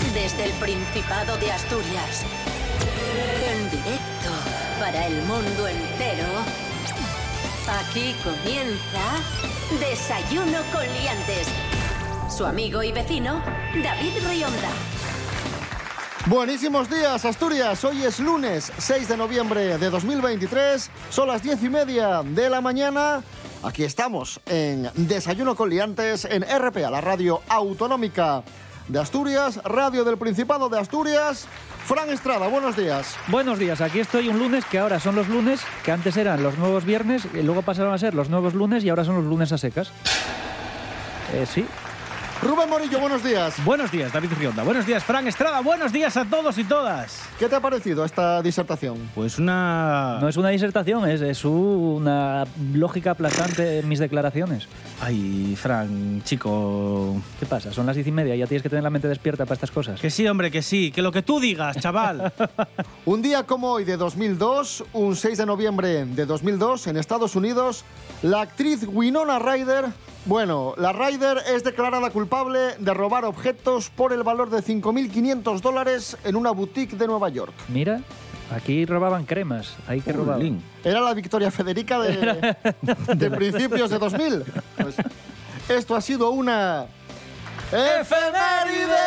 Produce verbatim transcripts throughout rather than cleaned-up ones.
Desde el Principado de Asturias, en directo para el mundo entero, aquí comienza Desayuno con Liantes. Su amigo y vecino, David Rionda. Buenísimos días, Asturias. Hoy es lunes seis de noviembre de dos mil veintitrés. Son las diez y media de la mañana. Aquí estamos en Desayuno con Liantes en R P A, la radio autonómica de Asturias, radio del Principado de Asturias. Fran Estrada, buenos días. Buenos días, aquí estoy un lunes que ahora son los lunes, que antes eran los nuevos viernes, y luego pasaron a ser los nuevos lunes y ahora son los lunes a secas. Eh, sí. Rubén Morillo, buenos días. Buenos días, David Rionda. Buenos días, Fran Estrada. Buenos días a todos y todas. ¿Qué te ha parecido esta disertación? Pues una... No es una disertación, es, es una lógica aplastante en mis declaraciones. Ay, Fran, chico... ¿Qué pasa? Son las diez y media, ya tienes que tener la mente despierta para estas cosas. Que sí, hombre, que sí. Que lo que tú digas, chaval. Un día como hoy de dos mil dos, un seis de noviembre de dos mil dos, en Estados Unidos, la actriz Winona Ryder... Bueno, la Ryder es declarada culpable de robar objetos por el valor de cinco mil quinientos dólares en una boutique de Nueva York. Mira, aquí robaban cremas, ahí que robaban. Era la Victoria Federica de, de principios de dos mil. Pues, esto ha sido una... ¡efeméride!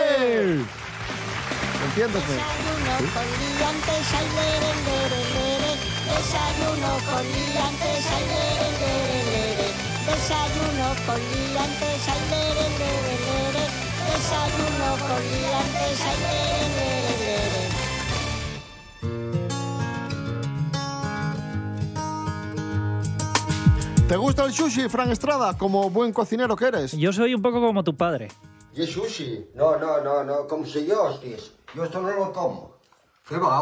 ¿Entiendes? Desayuno con liantes, ay, lere, lere, lere. Desayuno con liantes, ay, lere, lere, lere. Desayuno con liantes, ay, lere, lere, lere. Desayuno con liantes, ay, lere, lere, lere. ¿Te gusta el sushi, Fran Estrada, como buen cocinero que eres? Yo soy un poco como tu padre. ¿Y es sushi? No, no, no, no, como si yo, hostias. Yo esto no lo como. ¿Qué va?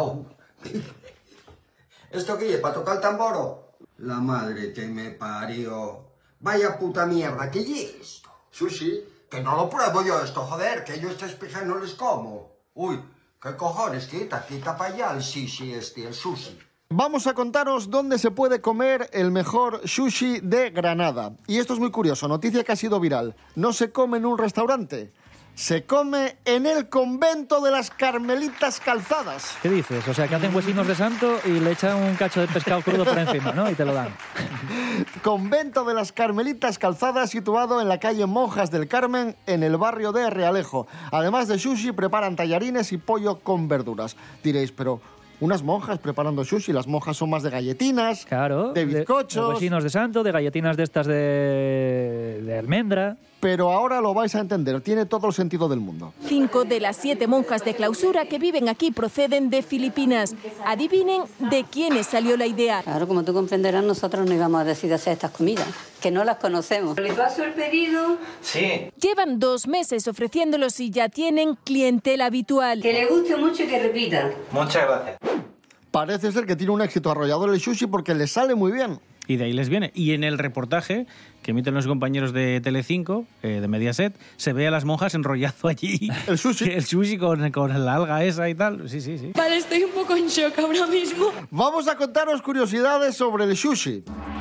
¿Esto qué es? ¿Para tocar el tamboro? La madre que me parió. Vaya puta mierda, ¿qué es esto? ¿Sushi? Que no lo pruebo yo esto, joder, que yo estas pijas no les como. Uy, ¿qué cojones? Quita, quita para allá el sushi este, el sushi. Vamos a contaros dónde se puede comer el mejor sushi de Granada. Y esto es muy curioso, noticia que ha sido viral. No se come en un restaurante, se come en el convento de las Carmelitas Calzadas. ¿Qué dices? O sea, que hacen huesinos de santo y le echan un cacho de pescado crudo por encima, ¿no? Y te lo dan. Convento de las Carmelitas Calzadas, situado en la calle Monjas del Carmen, en el barrio de Realejo. Además de sushi, preparan tallarines y pollo con verduras. Diréis, pero... unas monjas preparando sushi, las monjas son más de galletinas, claro, de bizcochos... De, de huesinos de santo, de galletinas de estas de, de almendra... Pero ahora lo vais a entender, tiene todo el sentido del mundo. Cinco de las siete monjas de clausura que viven aquí proceden de Filipinas. Adivinen de quiénes salió la idea. Claro, como tú comprenderás, nosotros no íbamos a decidir hacer estas comidas, que no las conocemos. ¿Le paso el pedido? Sí. Llevan dos meses ofreciéndolos y ya tienen clientela habitual. Que le guste mucho y que repita. Muchas gracias. Parece ser que tiene un éxito arrollador el sushi porque le sale muy bien. Y de ahí les viene. Y en el reportaje que emiten los compañeros de Telecinco, eh, de Mediaset, se ve a las monjas enrollando allí el sushi, el sushi con, con la alga esa y tal. Sí, sí, sí. Vale, estoy un poco en shock ahora mismo. Vamos a contaros curiosidades sobre el sushi.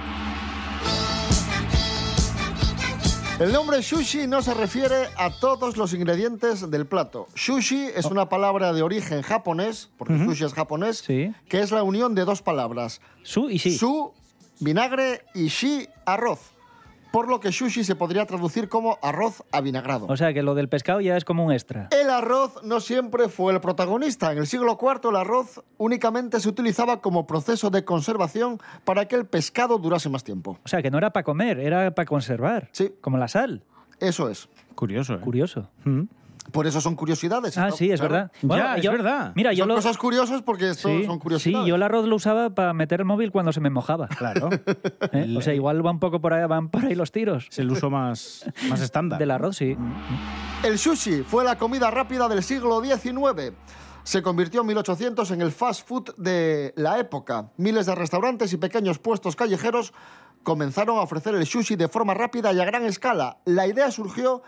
El nombre sushi no se refiere a todos los ingredientes del plato. Sushi es una palabra de origen japonés, porque uh-huh. sushi es japonés, sí. que es la unión de dos palabras. Su y shi. Su, vinagre, y shi, arroz. Por lo que sushi se podría traducir como arroz avinagrado. O sea, que lo del pescado ya es como un extra. El arroz no siempre fue el protagonista. En el siglo cuarto el arroz únicamente se utilizaba como proceso de conservación para que el pescado durase más tiempo. O sea, que no era para comer, era para conservar. Sí. Como la sal. Eso es. Curioso, ¿eh? Curioso. ¿Mm? Por eso son curiosidades. Ah, ¿no? sí, es claro. verdad. Bueno, ya, yo, es verdad. Mira, yo son lo... cosas curiosas porque esto sí, son curiosidades. Sí, yo el arroz lo usaba para meter el móvil cuando se me mojaba. Claro. ¿Eh? O sea, igual va un poco por ahí, van por ahí los tiros. Es el uso más, más estándar. Del arroz, sí. El sushi fue la comida rápida del siglo diecinueve. Se convirtió en mil ochocientos en el fast food de la época. Miles de restaurantes y pequeños puestos callejeros comenzaron a ofrecer el sushi de forma rápida y a gran escala. La idea surgió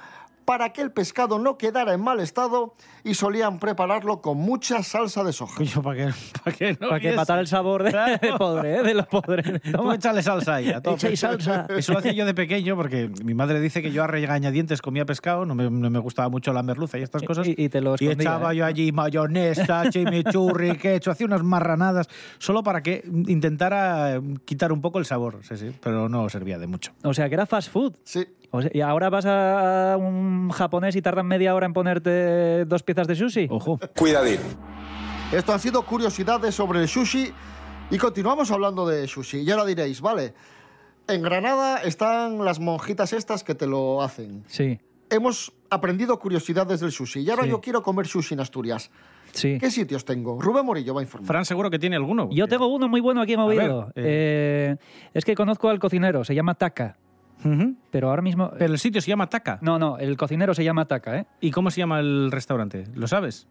para que el pescado no quedara en mal estado y solían prepararlo con mucha salsa de soja. Coño, ¿para qué, para qué no Para que hubiese? matar el sabor de, Claro. de podre, ¿eh? De los podres. Tú échale salsa ahí, a tope. Echáis salsa. Eso lo hacía yo de pequeño porque mi madre dice que yo a regañadientes comía pescado, no me, no me gustaba mucho la merluza y estas cosas. Y, y te lo Y escondía, echaba ¿eh? yo allí mayonesa, chimichurri, ketchup, hacía unas marranadas, solo para que intentara quitar un poco el sabor, sí, sí, pero no servía de mucho. O sea, que era fast food. Sí. O sea, y ahora vas a un japonés y tardan media hora en ponerte dos piezas de sushi. Ojo. Cuidadín. Esto han sido curiosidades sobre el sushi y continuamos hablando de sushi. Y ahora diréis, vale, en Granada están las monjitas estas que te lo hacen. Sí, Hemos aprendido curiosidades del sushi y ahora Sí. yo quiero comer sushi en Asturias. sí. ¿Qué sitios tengo? Rubén Morillo va a informar. Fran seguro que tiene alguno. Yo tengo uno muy bueno aquí en Oviedo. ver, eh. Eh, es que conozco al cocinero, se llama Taka. Ujú. Pero ahora mismo... Pero el sitio se llama Taka. No, no, el cocinero se llama Taka, ¿eh? ¿Y cómo se llama el restaurante? ¿Lo sabes?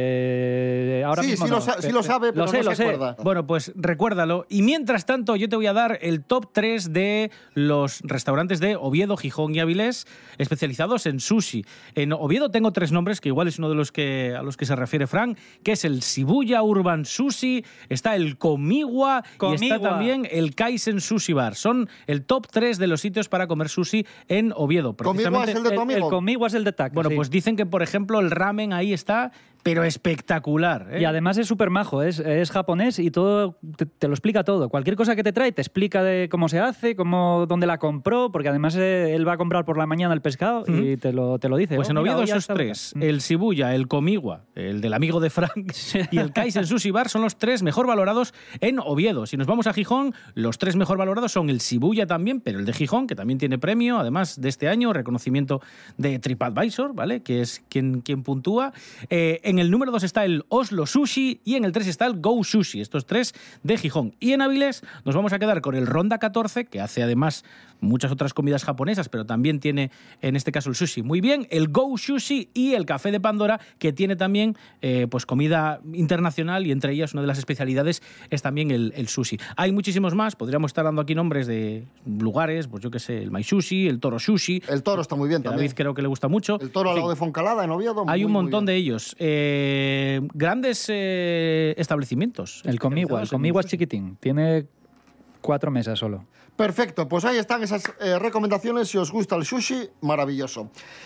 Eh, ahora Sí, mismo sí no. lo sa- sí lo sabe, pero lo sé, no lo se sé. acuerda. Bueno, pues recuérdalo. Y mientras tanto, yo te voy a dar el top tres de los restaurantes de Oviedo, Gijón y Avilés especializados en sushi. En Oviedo tengo tres nombres, que igual es uno de los que, a los que se refiere Frank, que es el Shibuya Urban Sushi, está el Komigua, y Komigua. está también el Kaizen Sushi Bar. Son el top tres de los sitios para comer sushi en Oviedo. Komigua es el de tu El, amigo. el conmigo es el de Taka. Bueno, sí. pues dicen que, por ejemplo, el ramen ahí está, pero espectacular. ¿eh? Y además es súper majo, es, es japonés y todo te, te lo explica todo. Cualquier cosa que te trae te explica de cómo se hace, cómo, dónde la compró, porque además eh, él va a comprar por la mañana el pescado y te lo, te lo dice. Pues Oh, en mira, Oviedo hoy ya esos está- tres, el Shibuya, el Komigua, el del amigo de Frank y el Kaizen Sushi Bar son los tres mejor valorados en Oviedo. Si nos vamos a Gijón, los tres mejor valorados son el Shibuya también, pero el de Gijón, que también tiene premio, además de este año, reconocimiento de TripAdvisor, ¿vale? Que es quien, quien puntúa. Eh, en el número dos está el Oslo Sushi y en el tres está el Go Sushi, estos tres de Gijón. Y en Avilés nos vamos a quedar con el Ronda catorce, que hace además muchas otras comidas japonesas, pero también tiene, en este caso, el sushi muy bien, el Go Sushi y el Café de Pandora, que tiene también eh, pues comida internacional y entre ellas una de las especialidades es también el, el sushi. Hay muchísimos más, podríamos estar dando aquí nombres de lugares, pues yo qué sé, el Mai Sushi, el Toro Sushi. El Toro está muy bien que a también. David creo que le gusta mucho. El Toro al En lado fin, de Foncalada, en Oviedo. hay muy, un muy montón bien. de ellos. Eh, grandes eh, establecimientos. El conmigo, el especializados en conmigo es sushi. chiquitín, tiene cuatro mesas solo. Perfecto, pues ahí están esas eh, recomendaciones. Si os gusta el sushi, maravilloso.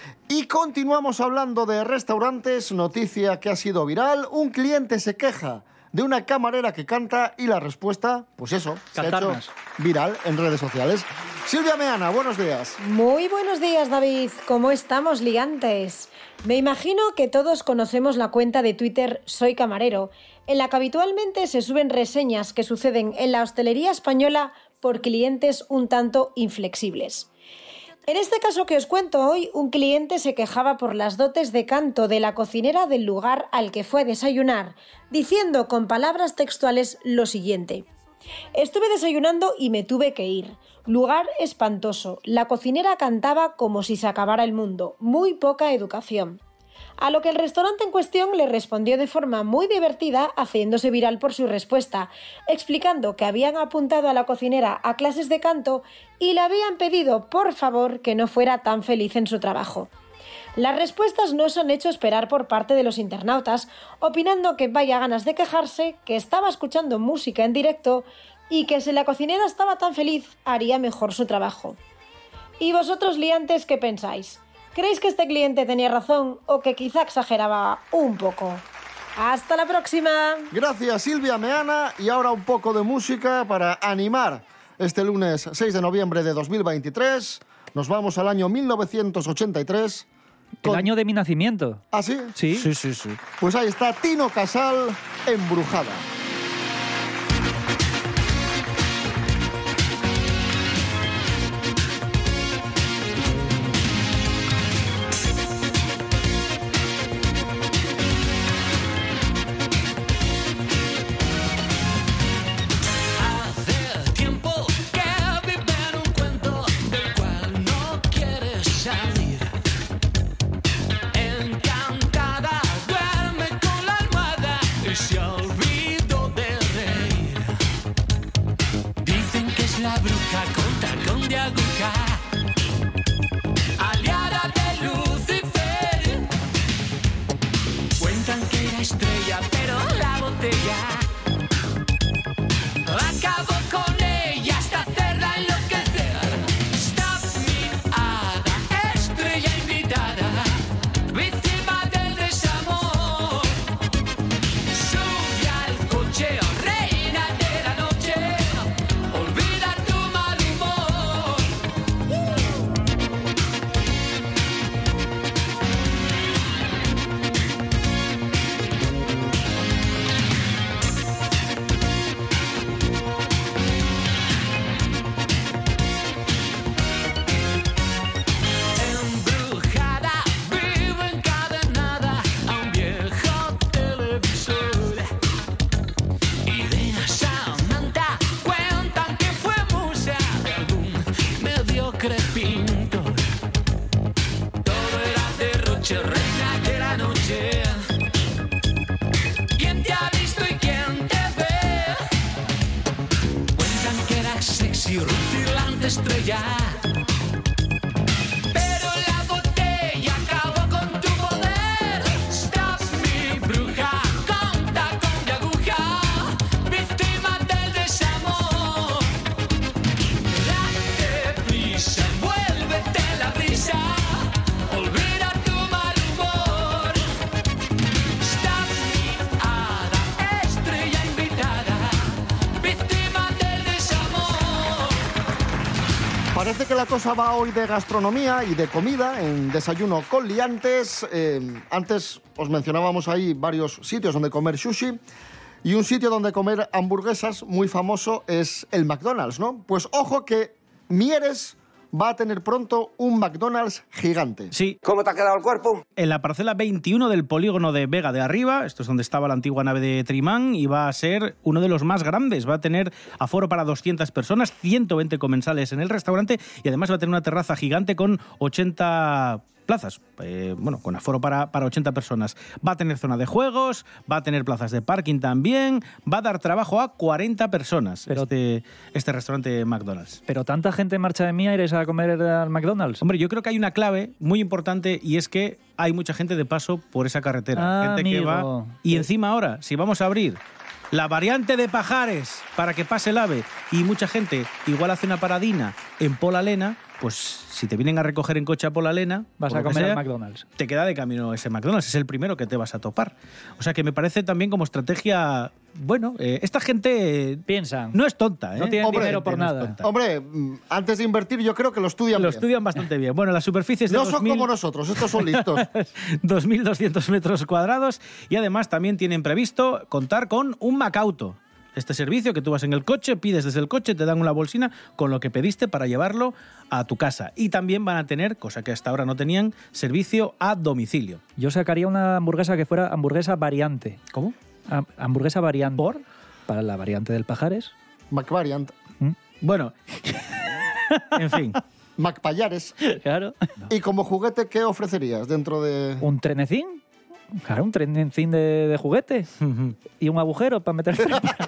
Y continuamos hablando de restaurantes. Noticia que ha sido viral. Un cliente se queja de una camarera que canta y la respuesta, pues eso, se ha hecho Cantarnas. viral en redes sociales. Silvia Meana, buenos días. Muy buenos días, David. ¿Cómo estamos, ligantes? Me imagino que todos conocemos la cuenta de Twitter Soy Camarero, en la que habitualmente se suben reseñas que suceden en la hostelería española por clientes un tanto inflexibles. En este caso que os cuento hoy, un cliente se quejaba por las dotes de canto de la cocinera del lugar al que fue a desayunar, diciendo con palabras textuales lo siguiente: estuve desayunando y me tuve que ir. Lugar espantoso. La cocinera cantaba como si se acabara el mundo. Muy poca educación. A lo que el restaurante en cuestión le respondió de forma muy divertida, haciéndose viral por su respuesta, explicando que habían apuntado a la cocinera a clases de canto y le habían pedido, por favor, que no fuera tan feliz en su trabajo. Las respuestas no se han hecho esperar por parte de los internautas, opinando que vaya ganas de quejarse, que estaba escuchando música en directo y que si la cocinera estaba tan feliz, haría mejor su trabajo. ¿Y vosotros, liantes, qué pensáis? ¿Creéis que este cliente tenía razón o que quizá exageraba un poco? ¡Hasta la próxima! Gracias, Silvia Meana. Y ahora un poco de música para animar este lunes seis de noviembre de dos mil veintitrés. Nos vamos al año mil novecientos ochenta y tres. El año de mi nacimiento. ¿Ah, sí? Sí. Sí, sí, sí. Pues ahí está Tino Casal, Embrujada. Hace tiempo que vive en un cuento del cual no quieres salir. Encantada duerme con la almohada y se olvidó noche, reina de la noche. ¿Quién te ha visto y quién te ve? Cuentan que eras sexy, rutilante estrella. Pero la botella acabó con tu poder. Stop mi bruja, conta con mi aguja. Víctima del desamor. Date prisa, envuélvete en la brisa. Olvida tu mal humor. Stop mi hada, estrella invitada. Víctima del desamor. Parece que la cosa va hoy de gastronomía y de comida en Desayuno con Liantes. Eh, antes os mencionábamos ahí varios sitios donde comer sushi y un sitio donde comer hamburguesas muy famoso es el McDonald's, ¿no? Pues ojo que Mieres va a tener pronto un McDonald's gigante. Sí. ¿Cómo te ha quedado el cuerpo? En la parcela veintiuno del polígono de Vega de Arriba, esto es donde estaba la antigua nave de Trimán, y va a ser uno de los más grandes. Va a tener aforo para doscientas personas, ciento veinte comensales en el restaurante y además va a tener una terraza gigante con ochenta plazas, eh, bueno, con aforo para, para ochenta personas. Va a tener zona de juegos, va a tener plazas de parking también, va a dar trabajo a cuarenta personas Pero- este, este restaurante McDonald's. Pero tanta gente marcha de Mieres a comer al McDonald's. Hombre, yo creo que hay una clave muy importante y es que hay mucha gente de paso por esa carretera. Ah, gente que amigo. va. Y encima ahora, si vamos a abrir la variante de Pajares para que pase el AVE y mucha gente igual hace una paradina en Polalena, pues si te vienen a recoger en coche a Polalena, Vas por a lo que comer sea, al McDonald's. te queda de camino ese McDonald's, es el primero que te vas a topar. O sea que me parece también como estrategia, bueno, eh, esta gente eh, Piensan. no es tonta, ¿eh? No tienen Hombre, dinero por no es nada. tonta. Hombre, mm, antes de invertir yo creo que lo estudian Lo bien. estudian bastante bien. Bueno, las superficies de No son dos mil como nosotros, estos son listos. dos mil doscientos metros cuadrados y además también tienen previsto contar con un Macauto. Este servicio que tú vas en el coche, pides desde el coche, te dan una bolsina con lo que pediste para llevarlo a tu casa. Y también van a tener, cosa que hasta ahora no tenían, servicio a domicilio. Yo sacaría una hamburguesa que fuera hamburguesa variante. ¿Cómo? Ham- hamburguesa variante. ¿Por? Para la variante del Pajares. McVariant, Bueno, en fin. McPayares. Claro. ¿Y como juguete qué ofrecerías dentro de...? ¿Un trenecín? Claro, un trenecín de, de juguete. Y un agujero para meter...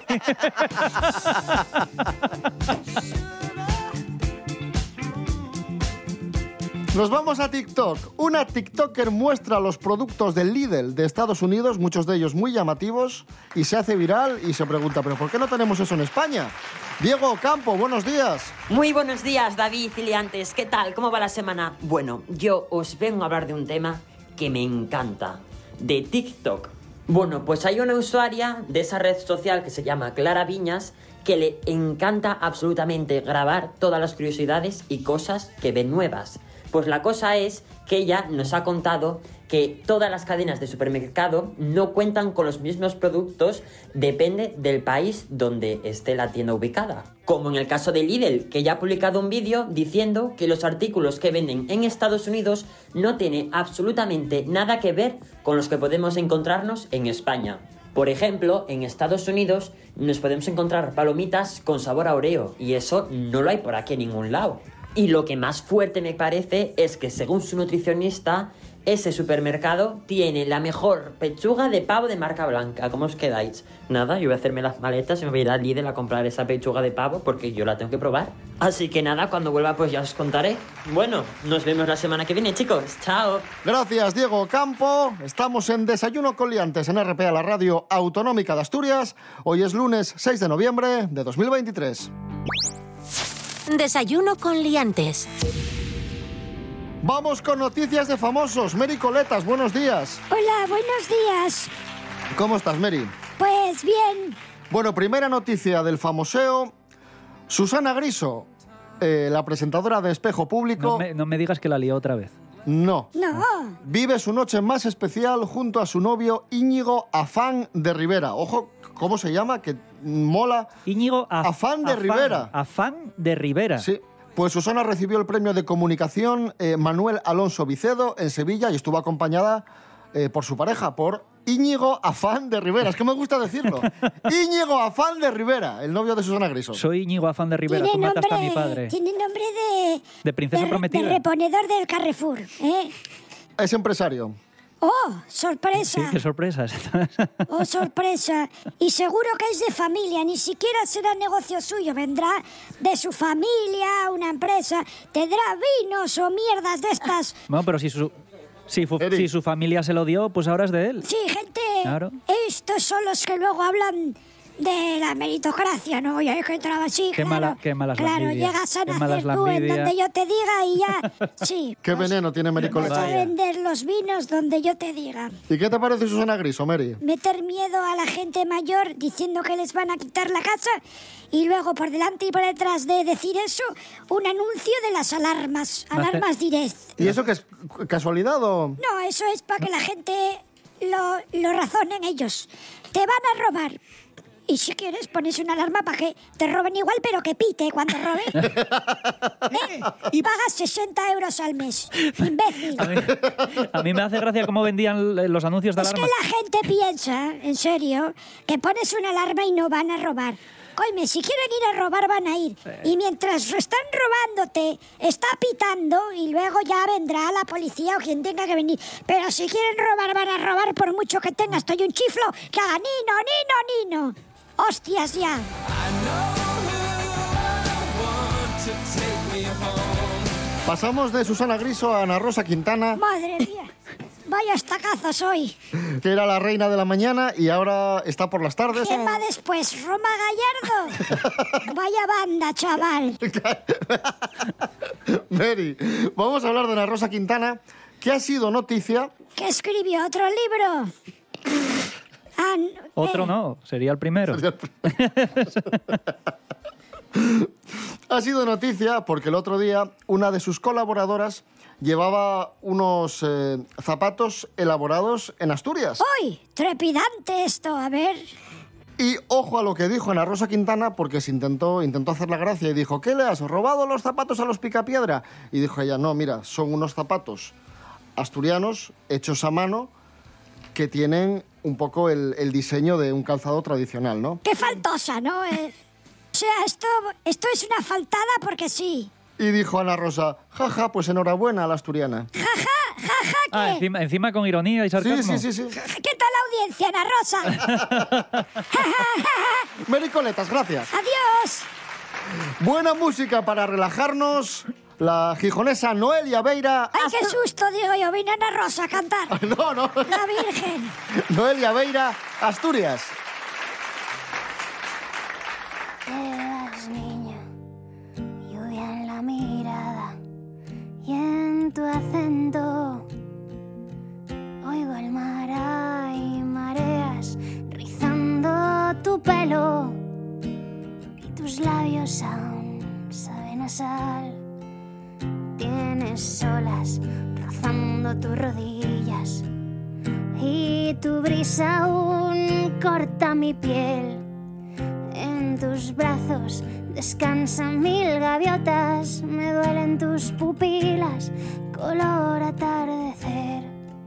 Nos vamos a TikTok. Una TikToker muestra los productos del Lidl de Estados Unidos, muchos de ellos muy llamativos, y se hace viral y se pregunta, ¿pero por qué no tenemos eso en España? Diego Campo, buenos días. Muy buenos días, David y Liantes. ¿Qué tal? ¿Cómo va la semana? Bueno, yo os vengo a hablar de un tema que me encanta, de TikTok. Bueno, pues hay una usuaria de esa red social que se llama Clara Viñas que le encanta absolutamente grabar todas las curiosidades y cosas que ve nuevas. Pues la cosa es que ella nos ha contado que todas las cadenas de supermercado no cuentan con los mismos productos, depende del país donde esté la tienda ubicada. Como en el caso de Lidl, que ya ha publicado un vídeo diciendo que los artículos que venden en Estados Unidos no tienen absolutamente nada que ver con los que podemos encontrarnos en España. Por ejemplo, en Estados Unidos nos podemos encontrar palomitas con sabor a Oreo y eso no lo hay por aquí en ningún lado. Y lo que más fuerte me parece es que, según su nutricionista, ese supermercado tiene la mejor pechuga de pavo de marca blanca. ¿Cómo os quedáis? Nada, yo voy a hacerme las maletas y me voy a ir a Lidl a comprar esa pechuga de pavo porque yo la tengo que probar. Así que nada, cuando vuelva pues ya os contaré. Bueno, nos vemos la semana que viene, chicos. Chao. Gracias, Diego Campo. Estamos en Desayuno con Liantes en R P A, la radio autonómica de Asturias. Hoy es lunes seis de noviembre de dos mil veintitrés. Desayuno con liantes. Vamos con noticias de famosos. Mary Coletas, buenos días. Hola, buenos días. ¿Cómo estás, Mary? Pues bien. Bueno, primera noticia del famoseo. Susana Griso, eh, la presentadora de Espejo Público... No me, no me digas que la lió otra vez. No. No. Vive su noche más especial junto a su novio Íñigo Afán de Rivera. Ojo, ¿cómo se llama? Que mola. Íñigo Af- Afán de Afán, Rivera. Afán de Rivera. Sí. Pues Susana recibió el premio de comunicación eh, Manuel Alonso Vicedo en Sevilla y estuvo acompañada eh, por su pareja, por Íñigo Afán de Rivera. Es que me gusta decirlo. Íñigo Afán de Rivera, el novio de Susana Griso. Soy Íñigo Afán de Rivera, Tiene tú mataste nombre, a mi padre. tiene nombre de... De princesa de, prometida. de reponedor del Carrefour, ¿eh? es empresario. ¡Oh, sorpresa! Sí, qué sorpresa. ¡Oh, sorpresa! Y seguro que es de familia, ni siquiera será negocio suyo. Vendrá de su familia, una empresa, tendrá vinos o mierdas de estas. Bueno, pero si su, si, fu- si su familia se lo dio, pues ahora es de él. Sí, gente, Claro. estos son los que luego hablan de la meritocracia, ¿no? Y hay que trabajar así, Qué claro. mala- qué mala es la Claro, envidia. llegas a Qué mala nacer es la tú en envidia. donde yo te diga y ya, sí. Qué veneno tiene Vas a Mericoletas. vender los vinos donde yo te diga. ¿Y qué te parece Susana Griso, Mary? Meter miedo a la gente mayor diciendo que les van a quitar la casa y luego por delante y por detrás de decir eso, un anuncio de las alarmas, alarmas Direct. ¿Y eso qué es casualidad o...? No, eso es para que la gente lo, lo razonen ellos. Te van a robar. Y si quieres, pones una alarma para que te roben igual, pero que pite cuando roben. ¿Eh? Y pagas sesenta euros al mes. Imbécil. A mí, a mí me hace gracia cómo vendían los anuncios de Es que alarma. la gente piensa, en serio, que pones una alarma y no van a robar. Coime, si quieren ir a robar, van a ir. Y mientras están robándote, está pitando y luego ya vendrá la policía o quien tenga que venir. Pero si quieren robar, van a robar por mucho que tengas. Estoy un chiflo que haga nino, nino, nino. ¡Hostias ya! Pasamos de Susana Griso a Ana Rosa Quintana, Madre mía, vaya estacazo soy. que era la reina de la mañana y ahora está por las tardes. ¿Quién va después? ¿Roma Gallardo? Vaya banda, chaval. Mary, vamos a hablar de Ana Rosa Quintana, que ha sido noticia. ¿Que escribió otro libro? Ah, n- Otro eh, no, sería el primero. Ha sido noticia porque el otro día una de sus colaboradoras llevaba unos eh, zapatos elaborados en Asturias. ¡Uy! Trepidante esto, a ver. Y ojo a lo que dijo Ana Rosa Quintana, porque se intentó, intentó hacer la gracia y dijo, ¿qué le has robado los zapatos a los Picapiedra? Y dijo ella, no, mira, son unos zapatos asturianos hechos a mano que tienen un poco el, el diseño de un calzado tradicional, ¿no? ¡Qué faltosa, ¿no? Eh, o sea, esto, esto es una faltada porque sí. Y dijo Ana Rosa, jaja, pues enhorabuena a la asturiana. Jaja, jaja, ¿qué? Ah, encima, encima con ironía y sarcasmo. Sí, sí, sí, sí. ¿Qué tal la audiencia, Ana Rosa? Mericoletas, gracias. ¡Adiós! Buena música para relajarnos. La gijonesa Noelia Beira. ¡Ay, qué susto! Digo yo, vine Ana Rosa a cantar. No, no. La Virgen. Noelia Beira, Asturias. Llevas, niña, lluvia en la mirada y en tu acento oigo el mar, hay mareas rizando tu pelo y tus labios aún saben a sal. Tienes olas rozando tus rodillas y tu brisa aún corta mi piel. En tus brazos descansan mil gaviotas, me duelen tus pupilas, color atardecer.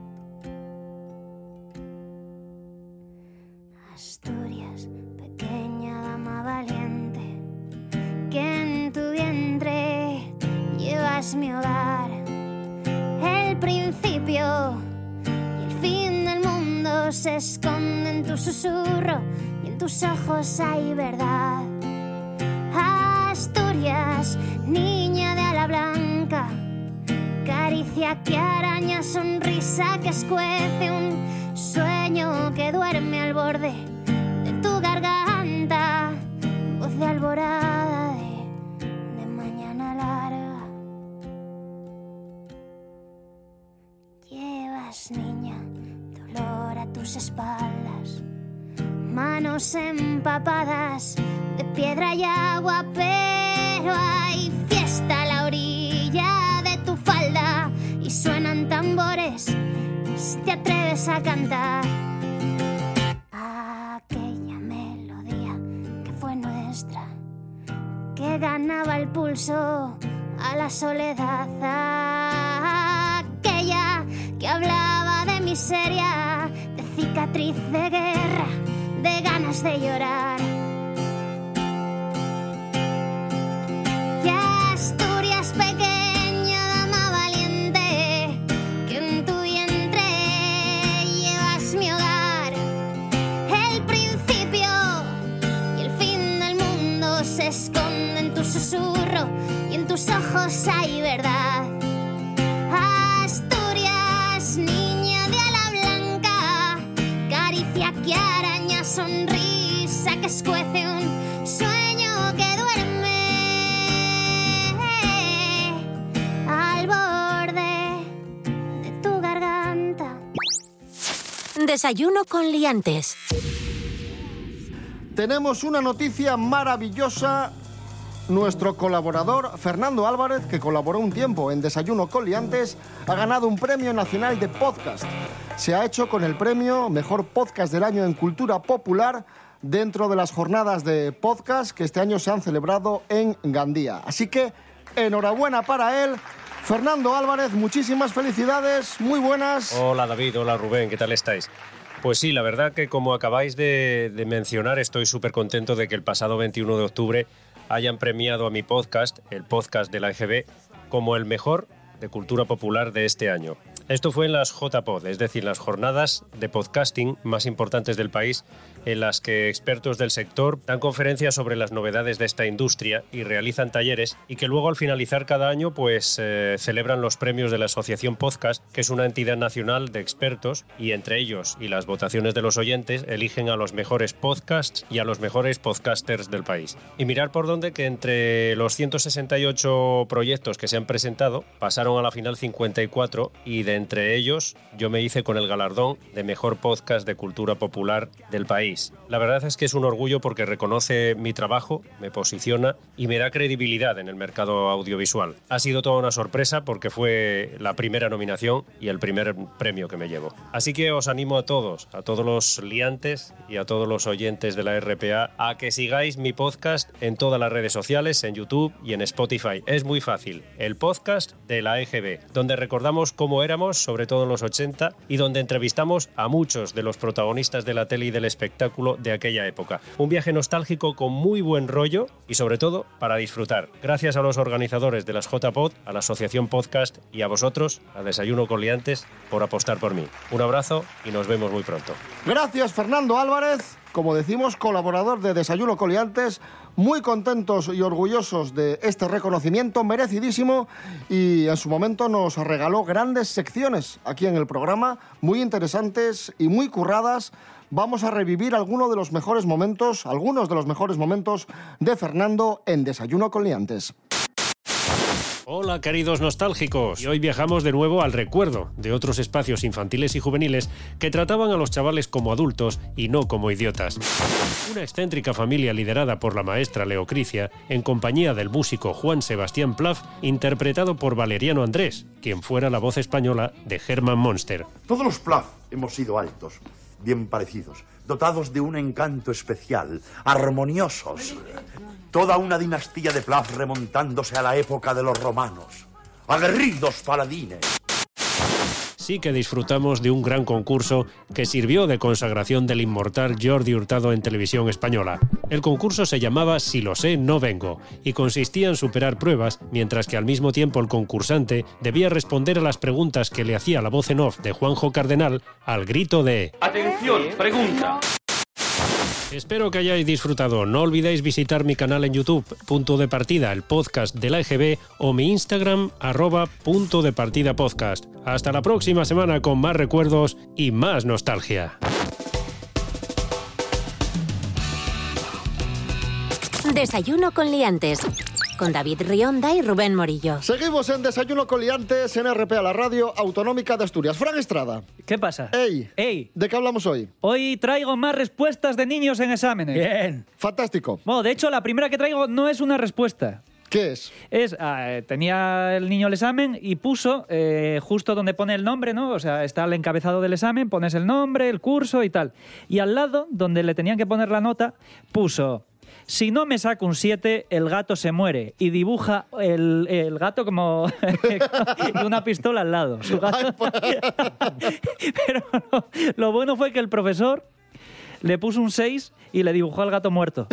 Asturias, pequeña dama valiente, que en tu vientre llevas mi hogar. El principio y el fin del mundo se esconden en tu susurro. En tus ojos hay verdad. Asturias, niña de ala blanca, caricia que araña, sonrisa que escuece, un sueño que duerme al borde de tu garganta, voz de alborada de, de mañana larga. Llevas, niña, dolor a tus espaldas, manos empapadas de piedra y agua, pero hay fiesta a la orilla de tu falda y suenan tambores si te atreves a cantar aquella melodía que fue nuestra, que ganaba el pulso a la soledad, aquella que hablaba de miseria, de cicatriz de guerra, de ganas de llorar. Y Asturias, pequeña dama valiente, que en tu que araña sonrisa, que escuece un sueño que duerme al borde de tu garganta. Desayuno con liantes. Tenemos una noticia maravillosa. Nuestro colaborador, Fernando Álvarez, que colaboró un tiempo en Desayuno con Liantes, ha ganado un premio nacional de podcast. Se ha hecho con el premio Mejor Podcast del Año en Cultura Popular dentro de las jornadas de podcast que este año se han celebrado en Gandía. Así que, enhorabuena para él. Fernando Álvarez, muchísimas felicidades, muy buenas. Hola David, hola Rubén, ¿qué tal estáis? Pues sí, la verdad que como acabáis de, de mencionar, estoy súper contento de que el pasado veintiuno de octubre hayan premiado a mi podcast, el podcast de la E G B, como el mejor de cultura popular de este año. Esto fue en las J P O D, es decir, las jornadas de podcasting más importantes del país, en las que expertos del sector dan conferencias sobre las novedades de esta industria y realizan talleres, y que luego al finalizar cada año pues eh, celebran los premios de la Asociación Podcast, que es una entidad nacional de expertos, y entre ellos y las votaciones de los oyentes eligen a los mejores podcasts y a los mejores podcasters del país. Y mirar por dónde que entre los ciento sesenta y ocho proyectos que se han presentado pasaron a la final cincuenta y cuatro, y de entre ellos yo me hice con el galardón de mejor podcast de cultura popular del país. La verdad es que es un orgullo porque reconoce mi trabajo, me posiciona y me da credibilidad en el mercado audiovisual. Ha sido toda una sorpresa porque fue la primera nominación y el primer premio que me llevo. Así que os animo a todos, a todos los liantes y a todos los oyentes de la R P A a que sigáis mi podcast en todas las redes sociales, en YouTube y en Spotify. Es muy fácil, el podcast de la E G B, donde recordamos cómo éramos, sobre todo en los ochenta, y donde entrevistamos a muchos de los protagonistas de la tele y del espectáculo de aquella época. Un viaje nostálgico con muy buen rollo y sobre todo para disfrutar. Gracias a los organizadores de las J P O D, a la Asociación Podcast y a vosotros, a Desayuno con Liantes, por apostar por mí. Un abrazo y nos vemos muy pronto. Gracias, Fernando Álvarez. Como decimos, colaborador de Desayuno con Liantes, muy contentos y orgullosos de este reconocimiento merecidísimo, y en su momento nos regaló grandes secciones aquí en el programa, muy interesantes y muy curradas. Vamos a revivir algunos de los mejores momentos, algunos de los mejores momentos de Fernando en Desayuno con Liantes. Hola queridos nostálgicos, y hoy viajamos de nuevo al recuerdo de otros espacios infantiles y juveniles que trataban a los chavales como adultos y no como idiotas. Una excéntrica familia liderada por la maestra Leocricia, en compañía del músico Juan Sebastián Plaf, interpretado por Valeriano Andrés, quien fuera la voz española de Herman Monster. Todos los Plaf hemos sido altos, bien parecidos, dotados de un encanto especial, armoniosos. Toda una dinastía de Plaf remontándose a la época de los romanos. Aguerridos paladines. Sí que disfrutamos de un gran concurso que sirvió de consagración del inmortal Jordi Hurtado en televisión española. El concurso se llamaba Si lo sé, no vengo, y consistía en superar pruebas, mientras que al mismo tiempo el concursante debía responder a las preguntas que le hacía la voz en off de Juanjo Cardenal al grito de Atención, pregunta. Espero que hayáis disfrutado. No olvidéis visitar mi canal en YouTube, Punto de Partida, el podcast de la E G B, o mi Instagram, arroba Punto de Partida Podcast. Hasta la próxima semana con más recuerdos y más nostalgia. Desayuno con liantes. Con David Rionda y Rubén Morillo. Seguimos en Desayuno con Liantes en R P A, la radio autonómica de Asturias. Fran Estrada. ¿Qué pasa? Ey. Ey. ¿De qué hablamos hoy? Hoy traigo más respuestas de niños en exámenes. Bien. Fantástico. Bueno, de hecho, la primera que traigo no es una respuesta. ¿Qué es? Es, ah, tenía el niño el examen y puso eh, justo donde pone el nombre, ¿no? O sea, está el encabezado del examen, pones el nombre, el curso y tal. Y al lado, donde le tenían que poner la nota, puso: si no me saco un siete, el gato se muere. Y dibuja el, el gato como y una pistola al lado. Su gato. Pero no, lo bueno fue que el profesor le puso un seis y le dibujó al gato muerto.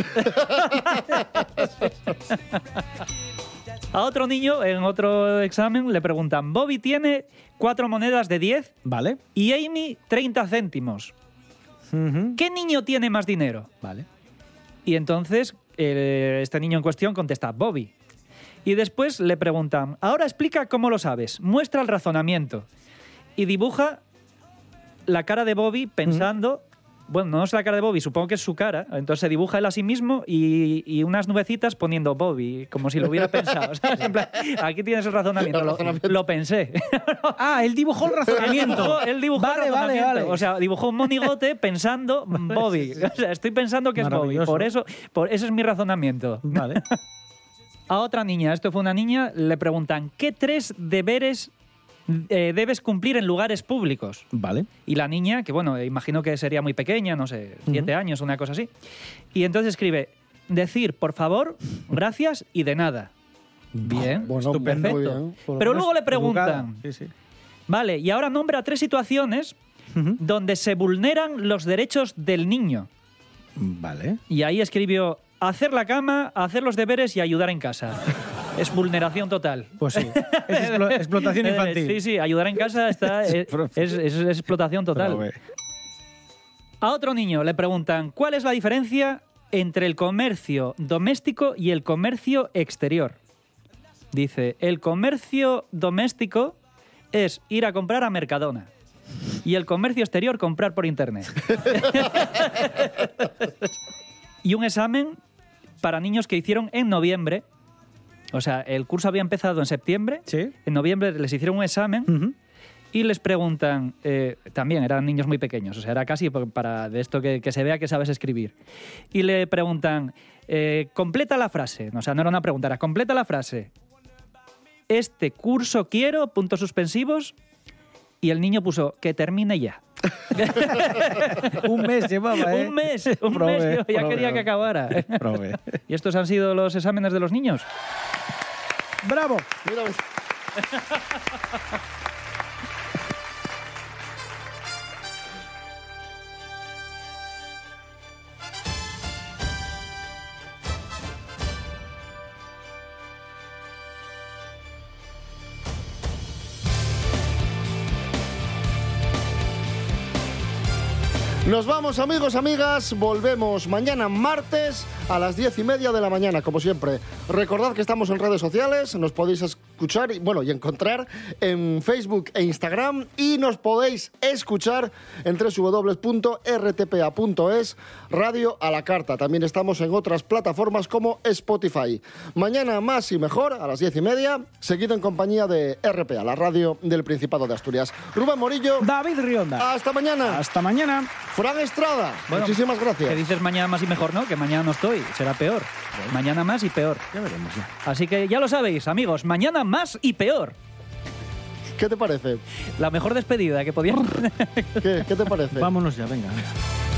A otro niño, en otro examen, le preguntan: Bobby tiene cuatro monedas de diez, ¿vale? Y Amy treinta céntimos. Uh-huh. ¿Qué niño tiene más dinero? Vale. Y entonces eh, este niño en cuestión contesta: Bobby. Y después le preguntan: ahora explica cómo lo sabes, muestra el razonamiento. Y dibuja la cara de Bobby pensando bueno, no es la cara de Bobby, supongo que es su cara. Entonces se dibuja él a sí mismo y, y unas nubecitas poniendo Bobby, como si lo hubiera pensado. ¿Sabes? En plan, aquí tienes el razonamiento. El Lo, razonamiento. lo pensé. Ah, él dibujó el razonamiento. Él dibujó, él dibujó Vale, el vale, razonamiento. vale. O sea, dibujó un monigote pensando Bobby. O sea, estoy pensando que es Bobby. Maravilloso. Por eso, por ese es mi razonamiento. Vale. A otra niña, esto fue una niña, le preguntan, ¿qué tres deberes eh, debes cumplir en lugares públicos? Vale. Y la niña, que bueno, imagino que sería muy pequeña, no sé, siete años, una cosa así. Y entonces escribe, decir por favor, gracias y de nada. Bien, Bueno, perfecto. muy bien. Pero luego le preguntan, Educada. Sí, sí. vale, y ahora nombra tres situaciones donde se vulneran los derechos del niño. Vale. Y ahí escribió, hacer la cama, hacer los deberes y ayudar en casa. Es vulneración total. Pues sí. Es explo- explotación infantil. Sí, sí, ayudar en casa está, es, es- es- es explotación total. Prove. A otro niño le preguntan, ¿cuál es la diferencia entre el comercio doméstico y el comercio exterior? Dice, el comercio doméstico es ir a comprar a Mercadona. Y el comercio exterior, comprar por internet. Y un examen para niños que hicieron en noviembre. O sea, el curso había empezado en septiembre. Sí. En noviembre les hicieron un examen Ujú. y les preguntan, eh, también eran niños muy pequeños, o sea, era casi para de esto que, que se vea que sabes escribir. Y le preguntan, eh, completa la frase. O sea, no era una pregunta, era completa la frase. Este curso quiero, puntos suspensivos. Y el niño puso, que termine ya. Un mes llevaba, ¿eh? Un mes, un Prove, mes, yo ya prove. quería que acabara. Prove. ¿Y estos han sido los exámenes de los niños? ¡Bravo! Mira, nos vamos, amigos, amigas. Volvemos mañana martes a las diez y media de la mañana, como siempre. Recordad que estamos en redes sociales, nos podéis escuchar y, bueno, y encontrar en Facebook e Instagram, y nos podéis escuchar en doble u doble u doble u punto r t p a punto es, Radio a la Carta. También estamos en otras plataformas como Spotify. Mañana más y mejor, a las diez y media, seguido en compañía de R P A, la radio del Principado de Asturias. Rubén Morillo. David Rionda. Hasta mañana. Hasta mañana. Fran Estrada. Bueno, muchísimas gracias. Que dices mañana más y mejor, ¿no? Que mañana no estoy, será peor. Mañana más y peor. Ya veremos ya. Así que ya lo sabéis, amigos, mañana más y peor. ¿Qué te parece? La mejor despedida que podíamos. ¿Qué, qué te parece? Vámonos ya, venga. venga.